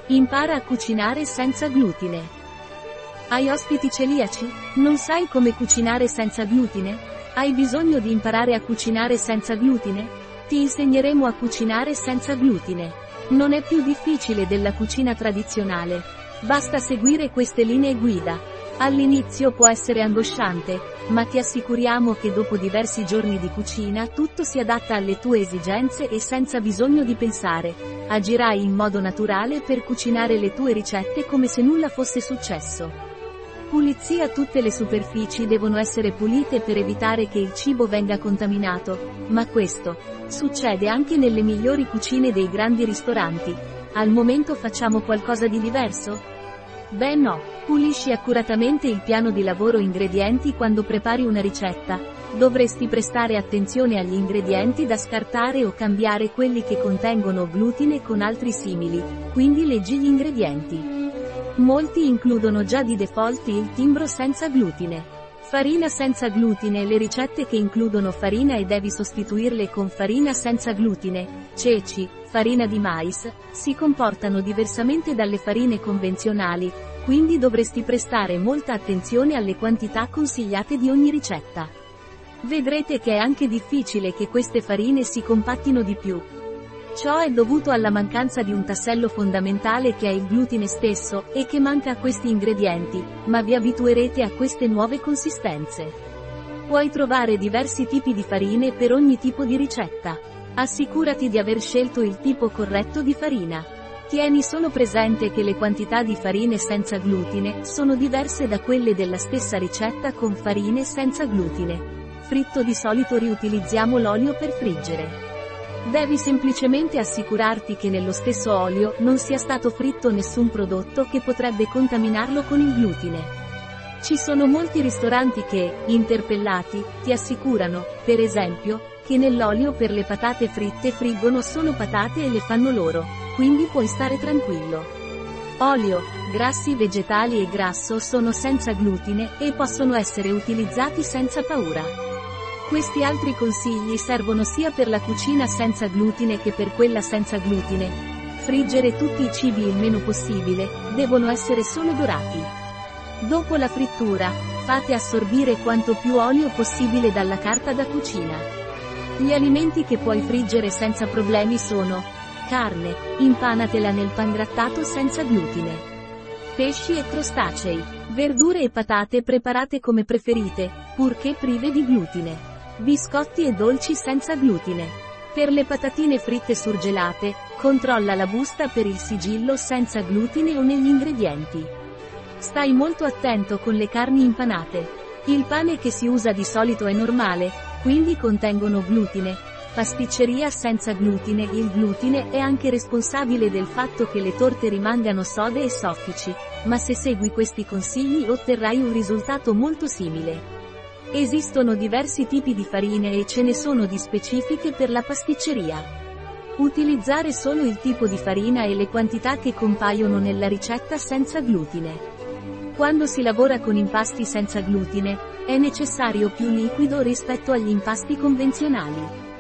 Impara a cucinare senza glutine. Hai ospiti celiaci? Non sai come cucinare senza glutine? Hai bisogno di imparare a cucinare senza glutine? Ti insegneremo a cucinare senza glutine. Non è più difficile della cucina tradizionale. Basta seguire queste linee guida. All'inizio può essere angosciante, ma ti assicuriamo che dopo diversi giorni di cucina tutto si adatta alle tue esigenze e senza bisogno di pensare. Agirai in modo naturale per cucinare le tue ricette come se nulla fosse successo. Pulizia. Tutte le superfici devono essere pulite per evitare che il cibo venga contaminato, ma questo succede anche nelle migliori cucine dei grandi ristoranti. Al momento facciamo qualcosa di diverso? Beh no. Pulisci accuratamente il piano di lavoro ingredienti quando prepari una ricetta. Dovresti prestare attenzione agli ingredienti da scartare o cambiare quelli che contengono glutine con altri simili, quindi leggi gli ingredienti. Molti includono già di default il timbro senza glutine. Farina senza glutine. Le ricette che includono farina e devi sostituirle con farina senza glutine, ceci, farina di mais, si comportano diversamente dalle farine convenzionali, quindi dovresti prestare molta attenzione alle quantità consigliate di ogni ricetta. Vedrete che è anche difficile che queste farine si compattino di più. Ciò è dovuto alla mancanza di un tassello fondamentale che è il glutine stesso, e che manca a questi ingredienti, ma vi abituerete a queste nuove consistenze. Puoi trovare diversi tipi di farine per ogni tipo di ricetta. Assicurati di aver scelto il tipo corretto di farina. Tieni solo presente che le quantità di farine senza glutine sono diverse da quelle della stessa ricetta con farine senza glutine. Fritto. Di solito riutilizziamo l'olio per friggere. Devi semplicemente assicurarti che nello stesso olio non sia stato fritto nessun prodotto che potrebbe contaminarlo con il glutine. Ci sono molti ristoranti che, interpellati, ti assicurano, per esempio, che nell'olio per le patate fritte friggono solo patate e le fanno loro, quindi puoi stare tranquillo. Olio, grassi vegetali e grasso sono senza glutine e possono essere utilizzati senza paura. Questi altri consigli servono sia per la cucina senza glutine che per quella senza glutine. Friggere tutti i cibi il meno possibile, devono essere solo dorati. Dopo la frittura, fate assorbire quanto più olio possibile dalla carta da cucina. Gli alimenti che puoi friggere senza problemi sono: carne, impanatela nel pangrattato senza glutine. Pesci e crostacei, verdure e patate preparate come preferite, purché prive di glutine. Biscotti e dolci senza glutine. Per le patatine fritte surgelate, controlla la busta per il sigillo senza glutine o negli ingredienti. Stai molto attento con le carni impanate. Il pane che si usa di solito è normale, quindi contengono glutine. Pasticceria senza glutine. Il glutine è anche responsabile del fatto che le torte rimangano sode e soffici, ma se segui questi consigli otterrai un risultato molto simile. Esistono diversi tipi di farine e ce ne sono di specifiche per la pasticceria. Utilizzare solo il tipo di farina e le quantità che compaiono nella ricetta senza glutine. Quando si lavora con impasti senza glutine, è necessario più liquido rispetto agli impasti convenzionali.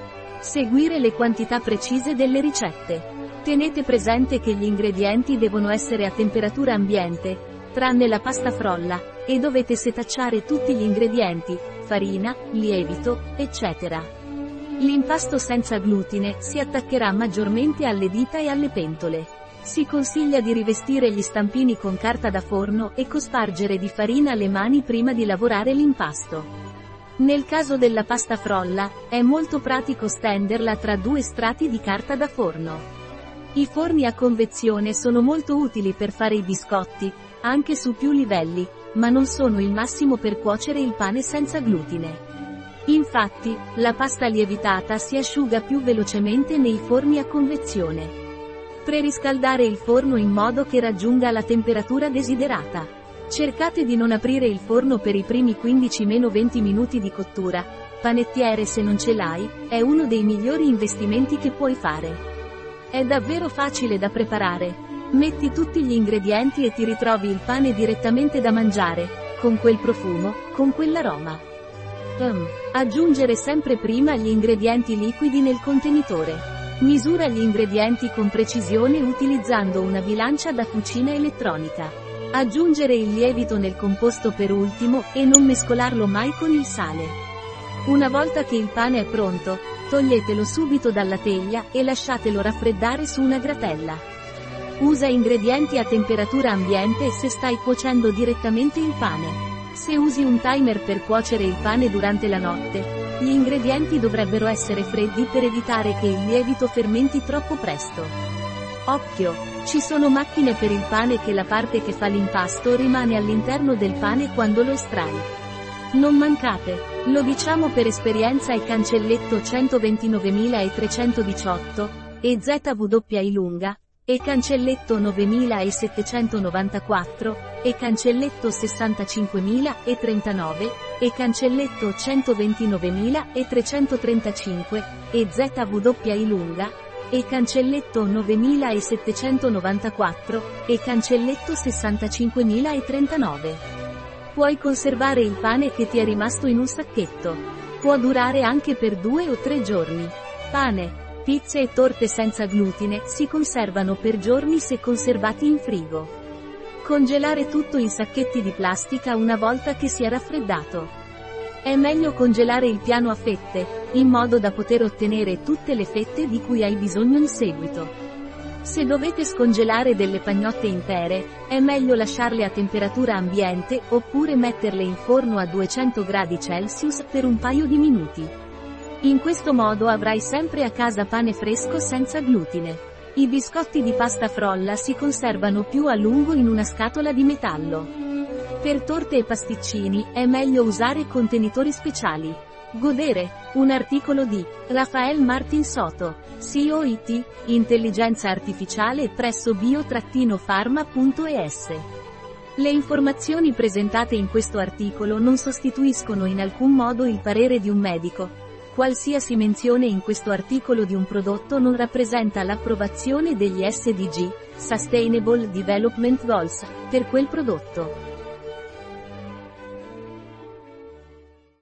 Seguire le quantità precise delle ricette. Tenete presente che gli ingredienti devono essere a temperatura ambiente, tranne la pasta frolla, e dovete setacciare tutti gli ingredienti, farina, lievito, eccetera. L'impasto senza glutine si attaccherà maggiormente alle dita e alle pentole. Si consiglia di rivestire gli stampini con carta da forno e cospargere di farina le mani prima di lavorare l'impasto. Nel caso della pasta frolla, è molto pratico stenderla tra 2 strati di carta da forno. I forni a convezione sono molto utili per fare i biscotti, anche su più livelli, ma non sono il massimo per cuocere il pane senza glutine. Infatti, la pasta lievitata si asciuga più velocemente nei forni a convezione. Preriscaldare il forno in modo che raggiunga la temperatura desiderata. Cercate di non aprire il forno per i primi 15-20 minuti di cottura. Panettiere, se non ce l'hai, è uno dei migliori investimenti che puoi fare. È davvero facile da preparare. Metti tutti gli ingredienti e ti ritrovi il pane direttamente da mangiare, con quel profumo, con quell'aroma. Aggiungere sempre prima gli ingredienti liquidi nel contenitore. Misura gli ingredienti con precisione utilizzando una bilancia da cucina elettronica. Aggiungere il lievito nel composto per ultimo, e non mescolarlo mai con il sale. Una volta che il pane è pronto, toglietelo subito dalla teglia, e lasciatelo raffreddare su una gratella. Usa ingredienti a temperatura ambiente se stai cuocendo direttamente il pane. Se usi un timer per cuocere il pane durante la notte, gli ingredienti dovrebbero essere freddi per evitare che il lievito fermenti troppo presto. Occhio! Ci sono macchine per il pane che la parte che fa l'impasto rimane all'interno del pane quando lo estrai. Non mancate, lo diciamo per esperienza, e cancelletto 129318, e ZWI lunga, e cancelletto 9794, e cancelletto 65039, e cancelletto 129335, e ZWI lunga, e cancelletto 9794, e cancelletto 65039. Puoi conservare il pane che ti è rimasto in un sacchetto. Può durare anche per 2 o 3 giorni. Pane, pizze e torte senza glutine si conservano per giorni se conservati in frigo. Congelare tutto in sacchetti di plastica una volta che si è raffreddato. È meglio congelare il piano a fette, in modo da poter ottenere tutte le fette di cui hai bisogno in seguito. Se dovete scongelare delle pagnotte intere, è meglio lasciarle a temperatura ambiente, oppure metterle in forno a 200 gradi Celsius per un paio di minuti. In questo modo avrai sempre a casa pane fresco senza glutine. I biscotti di pasta frolla si conservano più a lungo in una scatola di metallo. Per torte e pasticcini, è meglio usare contenitori speciali. Godere. Un articolo di Rafael Martin Soto, COIT, Intelligenza Artificiale presso bio-pharma.es. Le informazioni presentate in questo articolo non sostituiscono in alcun modo il parere di un medico. Qualsiasi menzione in questo articolo di un prodotto non rappresenta l'approvazione degli SDG, Sustainable Development Goals, per quel prodotto.